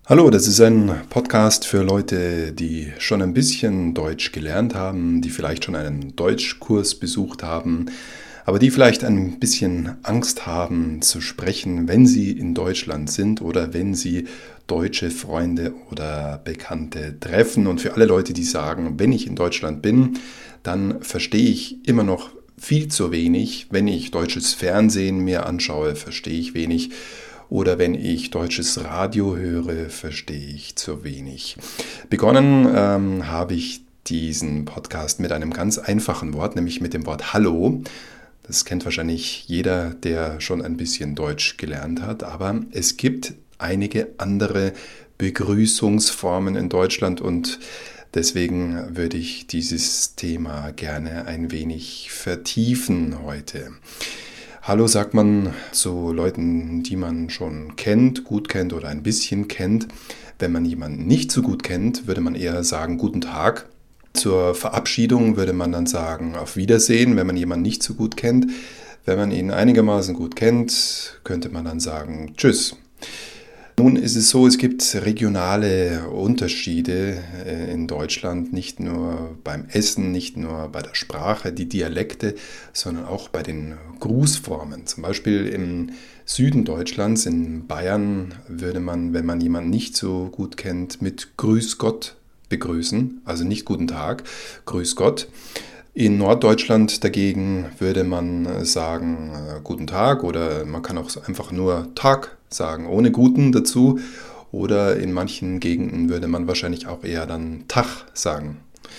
Hallo, das ist ein Podcast für Leute, die schon ein bisschen Deutsch gelernt haben, die vielleicht schon einen Deutschkurs besucht haben, aber die vielleicht ein bisschen Angst haben zu sprechen, wenn sie in Deutschland sind oder wenn sie deutsche Freunde oder Bekannte treffen. Und für alle Leute, die sagen, wenn ich in Deutschland bin, dann verstehe ich immer noch viel zu wenig. Wenn ich deutsches Fernsehen mir anschaue, verstehe ich wenig. Oder wenn ich deutsches Radio höre, verstehe ich zu wenig. Begonnen habe ich diesen Podcast mit einem ganz einfachen Wort, nämlich mit dem Wort Hallo. Das kennt wahrscheinlich jeder, der schon ein bisschen Deutsch gelernt hat, aber es gibt einige andere Begrüßungsformen in Deutschland und deswegen würde ich dieses Thema gerne ein wenig vertiefen heute. Hallo sagt man zu Leuten, die man schon kennt, gut kennt oder ein bisschen kennt. Wenn man jemanden nicht so gut kennt, würde man eher sagen Guten Tag. Zur Verabschiedung würde man dann sagen Auf Wiedersehen, wenn man jemanden nicht so gut kennt. Wenn man ihn einigermaßen gut kennt, könnte man dann sagen Tschüss. Nun ist es so, es gibt regionale Unterschiede in Deutschland, nicht nur beim Essen, nicht nur bei der Sprache, die Dialekte, sondern auch bei den Grußformen. Zum Beispiel im Süden Deutschlands, in Bayern, würde man, wenn man jemanden nicht so gut kennt, mit Grüß Gott begrüßen, also nicht Guten Tag, Grüß Gott. In Norddeutschland dagegen würde man sagen Guten Tag oder man kann auch einfach nur Tag sagen, ohne Guten dazu. Oder in manchen Gegenden würde man wahrscheinlich auch eher dann Tag sagen.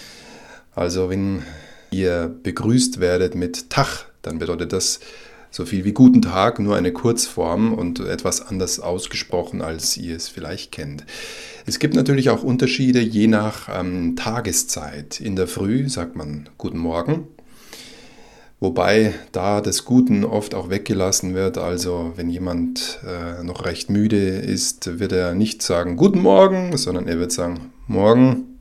Also wenn ihr begrüßt werdet mit Tag, dann bedeutet das so viel wie Guten Tag, nur eine Kurzform und etwas anders ausgesprochen, als ihr es vielleicht kennt. Es gibt natürlich auch Unterschiede je nach Tageszeit. In der Früh sagt man Guten Morgen, wobei da das Guten oft auch weggelassen wird. Also wenn jemand noch recht müde ist, wird er nicht sagen Guten Morgen, sondern er wird sagen Morgen.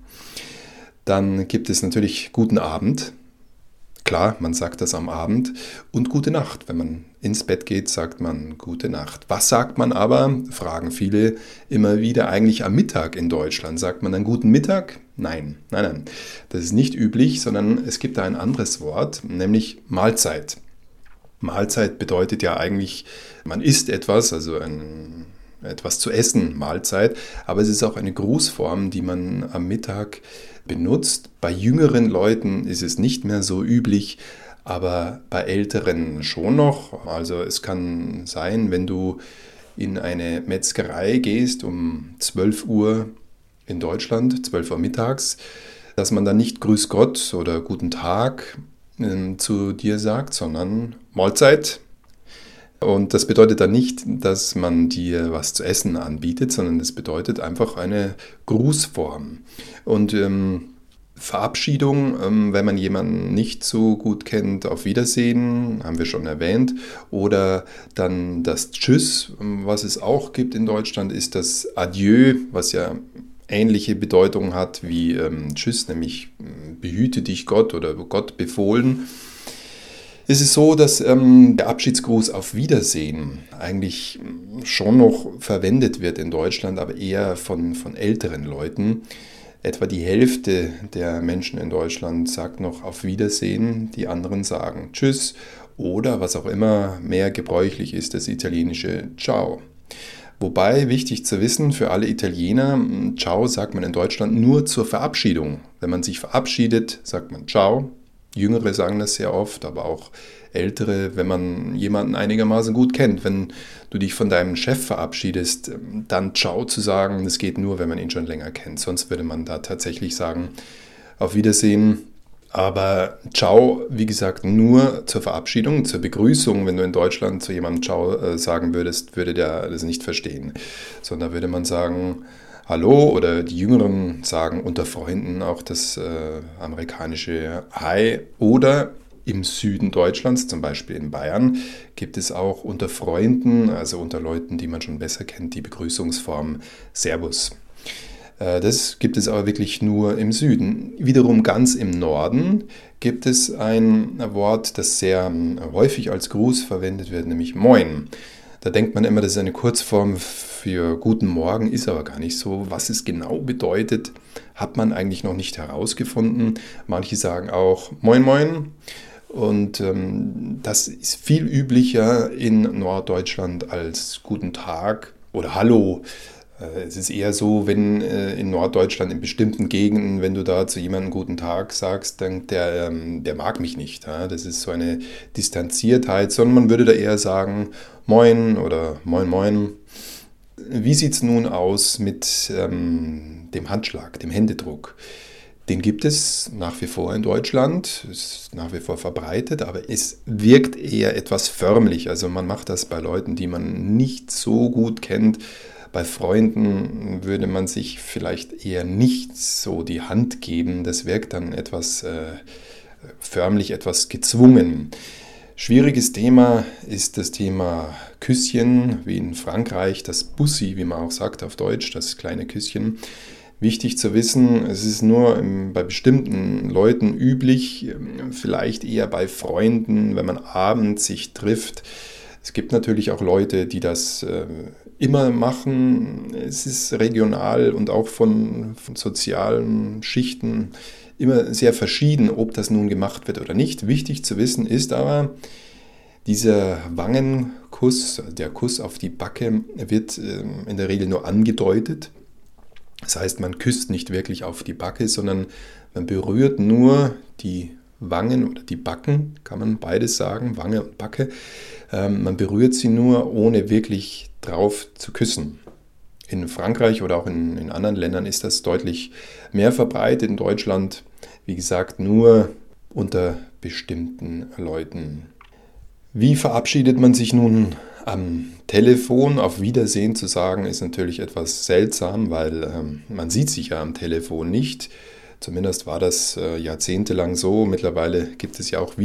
Dann gibt es natürlich Guten Abend. Klar, man sagt das am Abend und Gute Nacht. Wenn man ins Bett geht, sagt man Gute Nacht. Was sagt man aber, fragen viele immer wieder, eigentlich am Mittag in Deutschland? Sagt man dann Guten Mittag? Nein. Das ist nicht üblich, sondern es gibt da ein anderes Wort, nämlich Mahlzeit. Mahlzeit bedeutet ja eigentlich, man isst etwas, also etwas zu essen, Mahlzeit, aber es ist auch eine Grußform, die man am Mittag benutzt. Bei jüngeren Leuten ist es nicht mehr so üblich, aber bei älteren schon noch. Also es kann sein, wenn du in eine Metzgerei gehst um 12 Uhr in Deutschland, 12 Uhr mittags, dass man dann nicht Grüß Gott oder Guten Tag zu dir sagt, sondern Mahlzeit. Und das bedeutet dann nicht, dass man dir was zu essen anbietet, sondern das bedeutet einfach eine Grußform. Und Verabschiedung, wenn man jemanden nicht so gut kennt, Auf Wiedersehen, haben wir schon erwähnt. Oder dann das Tschüss, was es auch gibt in Deutschland, ist das Adieu, was ja ähnliche Bedeutung hat wie Tschüss, nämlich behüte dich Gott oder Gott befohlen. Es ist so, dass der Abschiedsgruß Auf Wiedersehen eigentlich schon noch verwendet wird in Deutschland, aber eher von älteren Leuten. Etwa die Hälfte der Menschen in Deutschland sagt noch Auf Wiedersehen, die anderen sagen Tschüss oder was auch immer mehr gebräuchlich ist, das italienische Ciao. Wobei, wichtig zu wissen für alle Italiener, Ciao sagt man in Deutschland nur zur Verabschiedung. Wenn man sich verabschiedet, sagt man Ciao. Jüngere sagen das sehr oft, aber auch Ältere, wenn man jemanden einigermaßen gut kennt. Wenn du dich von deinem Chef verabschiedest, dann Ciao zu sagen, das geht nur, wenn man ihn schon länger kennt. Sonst würde man da tatsächlich sagen, Auf Wiedersehen. Aber Ciao, wie gesagt, nur zur Verabschiedung, zur Begrüßung. Wenn du in Deutschland zu jemandem Ciao sagen würdest, würde der das nicht verstehen. Sondern da würde man sagen Hallo oder die Jüngeren sagen unter Freunden auch das amerikanische Hi. Oder im Süden Deutschlands, zum Beispiel in Bayern, gibt es auch unter Freunden, also unter Leuten, die man schon besser kennt, die Begrüßungsform Servus. Das gibt es aber wirklich nur im Süden. Wiederum ganz im Norden gibt es ein Wort, das sehr häufig als Gruß verwendet wird, nämlich Moin. Da denkt man immer, das ist eine Kurzform für Guten Morgen, ist aber gar nicht so. Was es genau bedeutet, hat man eigentlich noch nicht herausgefunden. Manche sagen auch Moin Moin. Und das ist viel üblicher in Norddeutschland als Guten Tag oder Hallo. Es ist eher so, wenn in Norddeutschland in bestimmten Gegenden, wenn du da zu jemandem Guten Tag sagst, denkt der mag mich nicht. Ja? Das ist so eine Distanziertheit, sondern man würde da eher sagen Moin oder Moin Moin. Wie sieht es nun aus mit dem Handschlag, dem Händedruck? Den gibt es nach wie vor in Deutschland, ist nach wie vor verbreitet, aber es wirkt eher etwas förmlich. Also man macht das bei Leuten, die man nicht so gut kennt. Bei Freunden würde man sich vielleicht eher nicht so die Hand geben. Das wirkt dann etwas förmlich, etwas gezwungen. Schwieriges Thema ist das Thema Küsschen, wie in Frankreich, das Bussi, wie man auch sagt auf Deutsch, das kleine Küsschen. Wichtig zu wissen, es ist nur bei bestimmten Leuten üblich, vielleicht eher bei Freunden, wenn man abends sich trifft. Es gibt natürlich auch Leute, die das immer machen. Es ist regional und auch von sozialen Schichten immer sehr verschieden, ob das nun gemacht wird oder nicht. Wichtig zu wissen ist aber, dieser Wangenkuss, der Kuss auf die Backe, wird in der Regel nur angedeutet. Das heißt, man küsst nicht wirklich auf die Backe, sondern man berührt nur die Wangen oder die Backen, kann man beides sagen, Wange und Backe. Man berührt sie nur, ohne wirklich drauf zu küssen. In Frankreich oder auch in anderen Ländern ist das deutlich mehr verbreitet. In Deutschland, wie gesagt, nur unter bestimmten Leuten. Wie verabschiedet man sich nun am Telefon? Auf Wiedersehen zu sagen, ist natürlich etwas seltsam, weil man sieht sich ja am Telefon nicht. Zumindest war das jahrzehntelang so. Mittlerweile gibt es ja auch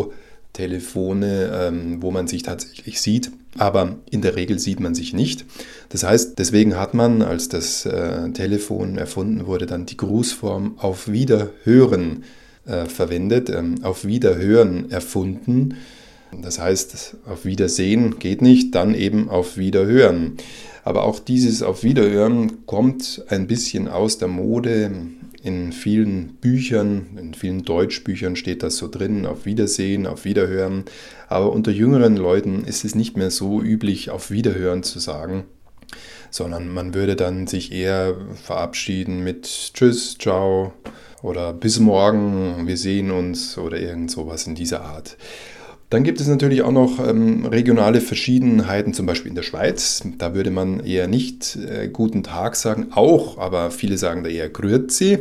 Videotelefone, wo man sich tatsächlich sieht. Aber in der Regel sieht man sich nicht. Das heißt, deswegen hat man, als das Telefon erfunden wurde, dann die Grußform auf Wiederhören verwendet, auf Wiederhören erfunden. Das heißt, auf Wiedersehen geht nicht, dann eben auf Wiederhören. Aber auch dieses auf Wiederhören kommt ein bisschen aus der Mode. In vielen Büchern, in vielen Deutschbüchern steht das so drin, auf Wiedersehen, auf Wiederhören. Aber unter jüngeren Leuten ist es nicht mehr so üblich, auf Wiederhören zu sagen, sondern man würde dann sich eher verabschieden mit Tschüss, ciao oder bis morgen, wir sehen uns oder irgend sowas in dieser Art. Dann gibt es natürlich auch noch regionale Verschiedenheiten, zum Beispiel in der Schweiz. Da würde man eher nicht Guten Tag sagen, auch, aber viele sagen da eher Grüezi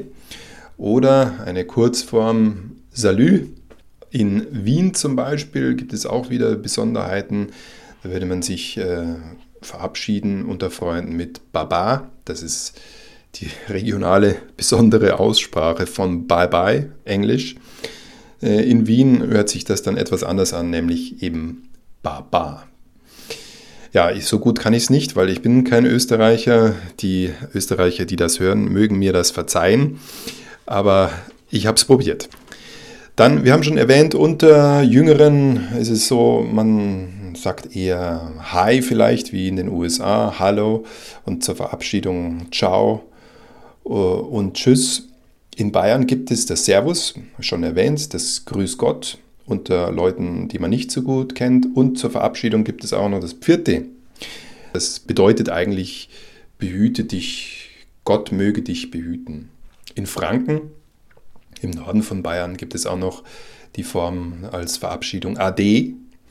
oder eine Kurzform Salü. In Wien zum Beispiel gibt es auch wieder Besonderheiten. Da würde man sich verabschieden unter Freunden mit Baba. Das ist die regionale besondere Aussprache von Bye-bye, Englisch. In Wien hört sich das dann etwas anders an, nämlich eben Baba. Ja, so gut kann ich es nicht, weil ich bin kein Österreicher. Die Österreicher, die das hören, mögen mir das verzeihen. Aber ich habe es probiert. Dann, wir haben schon erwähnt, unter Jüngeren ist es so, man sagt eher Hi vielleicht, wie in den USA, Hallo und zur Verabschiedung Ciao und Tschüss. In Bayern gibt es das Servus, schon erwähnt, das Grüß Gott unter Leuten, die man nicht so gut kennt. Und zur Verabschiedung gibt es auch noch das Pfiate. Das bedeutet eigentlich, behüte dich, Gott möge dich behüten. In Franken, im Norden von Bayern, gibt es auch noch die Form als Verabschiedung Ade.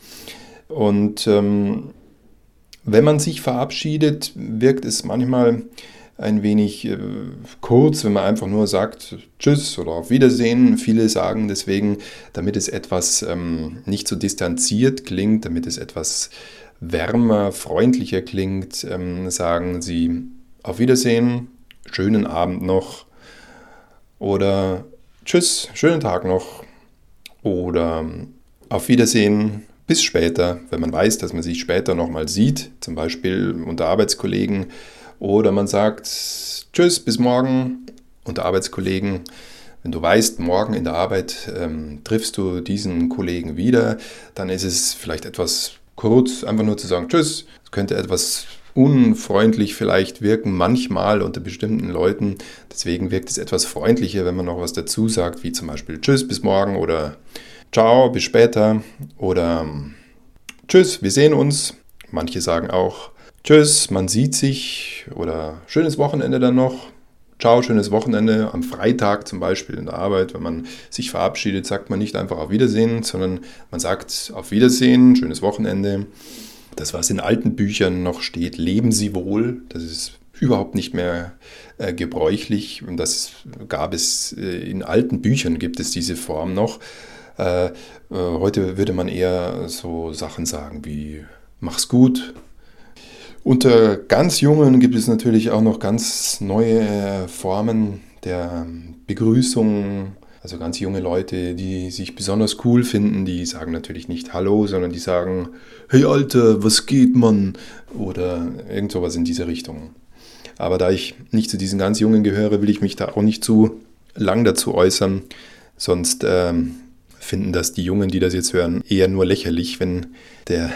Und wenn man sich verabschiedet, wirkt es manchmal ein wenig kurz, wenn man einfach nur sagt Tschüss oder auf Wiedersehen. Viele sagen deswegen, damit es etwas nicht so distanziert klingt, damit es etwas wärmer, freundlicher klingt, sagen sie auf Wiedersehen, schönen Abend noch oder Tschüss, schönen Tag noch oder auf Wiedersehen, bis später, wenn man weiß, dass man sich später nochmal sieht, zum Beispiel unter Arbeitskollegen. Oder man sagt Tschüss, bis morgen unter Arbeitskollegen. Wenn du weißt, morgen in der Arbeit triffst du diesen Kollegen wieder, dann ist es vielleicht etwas kurz einfach nur zu sagen Tschüss. Das könnte etwas unfreundlich vielleicht wirken, manchmal unter bestimmten Leuten. Deswegen wirkt es etwas freundlicher, wenn man noch was dazu sagt, wie zum Beispiel Tschüss, bis morgen oder Ciao, bis später oder Tschüss, wir sehen uns. Manche sagen auch Tschüss, man sieht sich oder schönes Wochenende dann noch. Ciao, schönes Wochenende. Am Freitag zum Beispiel in der Arbeit, wenn man sich verabschiedet, sagt man nicht einfach auf Wiedersehen, sondern man sagt auf Wiedersehen, schönes Wochenende. Das, was in alten Büchern noch steht, leben Sie wohl, das ist überhaupt nicht mehr gebräuchlich. Und das gab es in alten Büchern, gibt es diese Form noch. Heute würde man eher so Sachen sagen wie mach's gut. Unter ganz Jungen gibt es natürlich auch noch ganz neue Formen der Begrüßung. Also ganz junge Leute, die sich besonders cool finden, die sagen natürlich nicht Hallo, sondern die sagen, hey Alter, was geht, Mann? Oder irgend sowas in diese Richtung. Aber da ich nicht zu diesen ganz Jungen gehöre, will ich mich da auch nicht zu lang dazu äußern. Sonst finden das die Jungen, die das jetzt hören, eher nur lächerlich, wenn der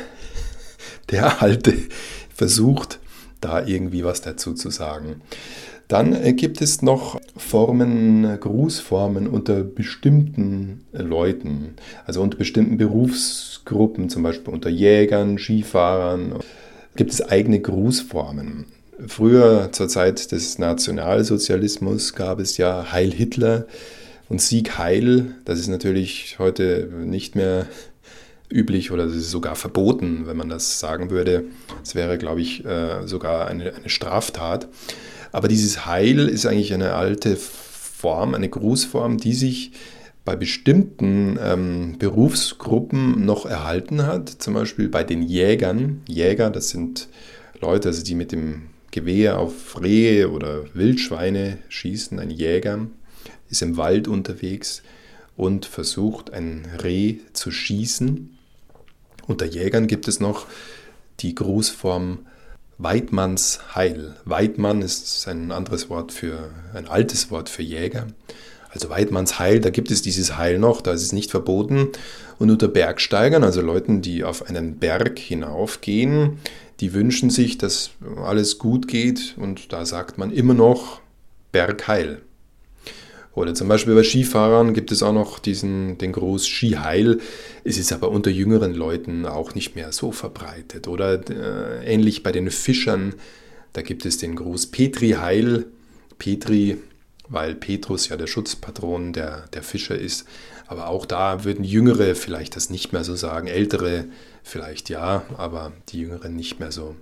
Alte versucht, da irgendwie was dazu zu sagen. Dann gibt es noch Grußformen unter bestimmten Leuten, also unter bestimmten Berufsgruppen, zum Beispiel unter Jägern, Skifahrern, gibt es eigene Grußformen. Früher, zur Zeit des Nationalsozialismus, gab es ja Heil Hitler und Sieg Heil. Das ist natürlich heute nicht mehr üblich oder es ist sogar verboten, wenn man das sagen würde. Es wäre, glaube ich, sogar eine Straftat. Aber dieses Heil ist eigentlich eine alte Form, eine Grußform, die sich bei bestimmten Berufsgruppen noch erhalten hat. Zum Beispiel bei den Jägern. Jäger, das sind Leute, also die mit dem Gewehr auf Rehe oder Wildschweine schießen. Ein Jäger ist im Wald unterwegs und versucht, ein Reh zu schießen. Unter Jägern gibt es noch die Grußform Weidmanns Heil. Weidmann ist ein altes Wort für Jäger. Also Weidmanns Heil, da gibt es dieses Heil noch, da ist es nicht verboten. Und unter Bergsteigern, also Leuten, die auf einen Berg hinaufgehen, die wünschen sich, dass alles gut geht und da sagt man immer noch Bergheil. Oder zum Beispiel bei Skifahrern gibt es auch noch den Gruß Skiheil. Es ist aber unter jüngeren Leuten auch nicht mehr so verbreitet. Oder ähnlich bei den Fischern, da gibt es den Gruß Petri Heil. Petri, weil Petrus ja der Schutzpatron der Fischer ist. Aber auch da würden Jüngere vielleicht das nicht mehr so sagen. Ältere vielleicht ja, aber die Jüngeren nicht mehr so.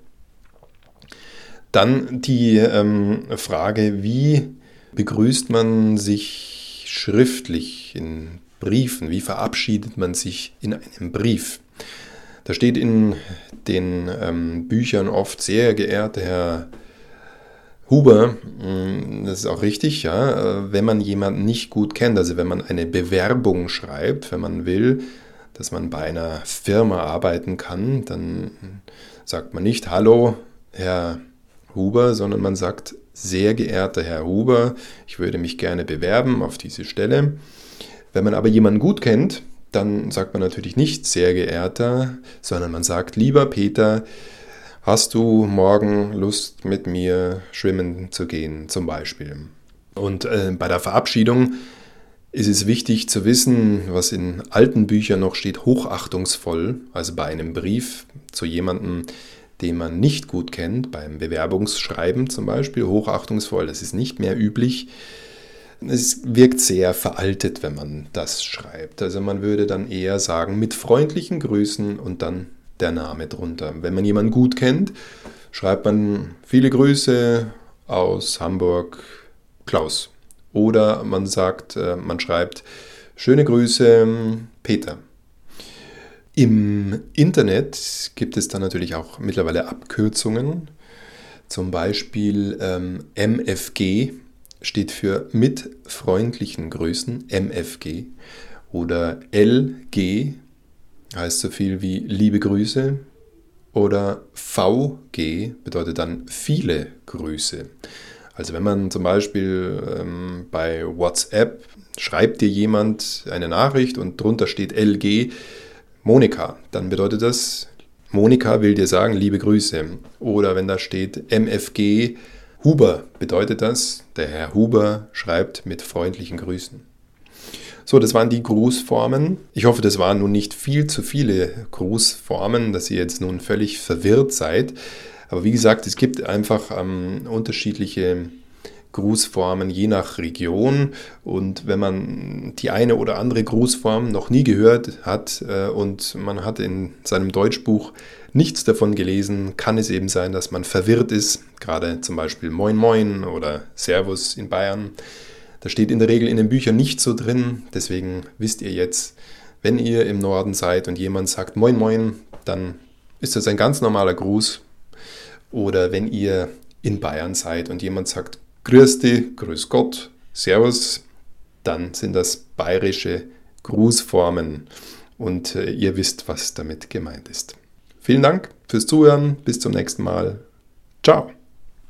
Dann die Frage, wie begrüßt man sich schriftlich in Briefen? Wie verabschiedet man sich in einem Brief? Da steht in den Büchern oft sehr geehrter Herr Huber, das ist auch richtig, ja, wenn man jemanden nicht gut kennt, also wenn man eine Bewerbung schreibt, wenn man will, dass man bei einer Firma arbeiten kann, dann sagt man nicht Hallo, Herr Huber, sondern man sagt sehr geehrter Herr Huber, ich würde mich gerne bewerben auf diese Stelle. Wenn man aber jemanden gut kennt, dann sagt man natürlich nicht sehr geehrter, sondern man sagt lieber Peter, hast du morgen Lust mit mir schwimmen zu gehen zum Beispiel. Und bei der Verabschiedung ist es wichtig zu wissen, was in alten Büchern noch steht, hochachtungsvoll, also bei einem Brief zu jemandem, den man nicht gut kennt, beim Bewerbungsschreiben zum Beispiel, hochachtungsvoll, das ist nicht mehr üblich. Es wirkt sehr veraltet, wenn man das schreibt. Also man würde dann eher sagen, mit freundlichen Grüßen und dann der Name drunter. Wenn man jemanden gut kennt, schreibt man viele Grüße aus Hamburg, Klaus. Oder man schreibt schöne Grüße, Peter. Im Internet gibt es dann natürlich auch mittlerweile Abkürzungen. Zum Beispiel MFG steht für mit freundlichen Grüßen, MFG. Oder LG heißt so viel wie liebe Grüße. Oder VG bedeutet dann viele Grüße. Also wenn man zum Beispiel bei WhatsApp schreibt dir jemand eine Nachricht und drunter steht LG, Monika, dann bedeutet das Monika will dir sagen, liebe Grüße. Oder wenn da steht MFG Huber, bedeutet das, der Herr Huber schreibt mit freundlichen Grüßen. So, das waren die Grußformen. Ich hoffe, das waren nun nicht viel zu viele Grußformen, dass ihr jetzt nun völlig verwirrt seid. Aber wie gesagt, es gibt einfach unterschiedliche Grußformen je nach Region. Und wenn man die eine oder andere Grußform noch nie gehört hat und man hat in seinem Deutschbuch nichts davon gelesen, kann es eben sein, dass man verwirrt ist. Gerade zum Beispiel Moin Moin oder Servus in Bayern. Das steht in der Regel in den Büchern nicht so drin. Deswegen wisst ihr jetzt, wenn ihr im Norden seid und jemand sagt Moin Moin, dann ist das ein ganz normaler Gruß. Oder wenn ihr in Bayern seid und jemand sagt Grüß dich, Grüß Gott, Servus, dann sind das bayerische Grußformen und ihr wisst, was damit gemeint ist. Vielen Dank fürs Zuhören, bis zum nächsten Mal. Ciao!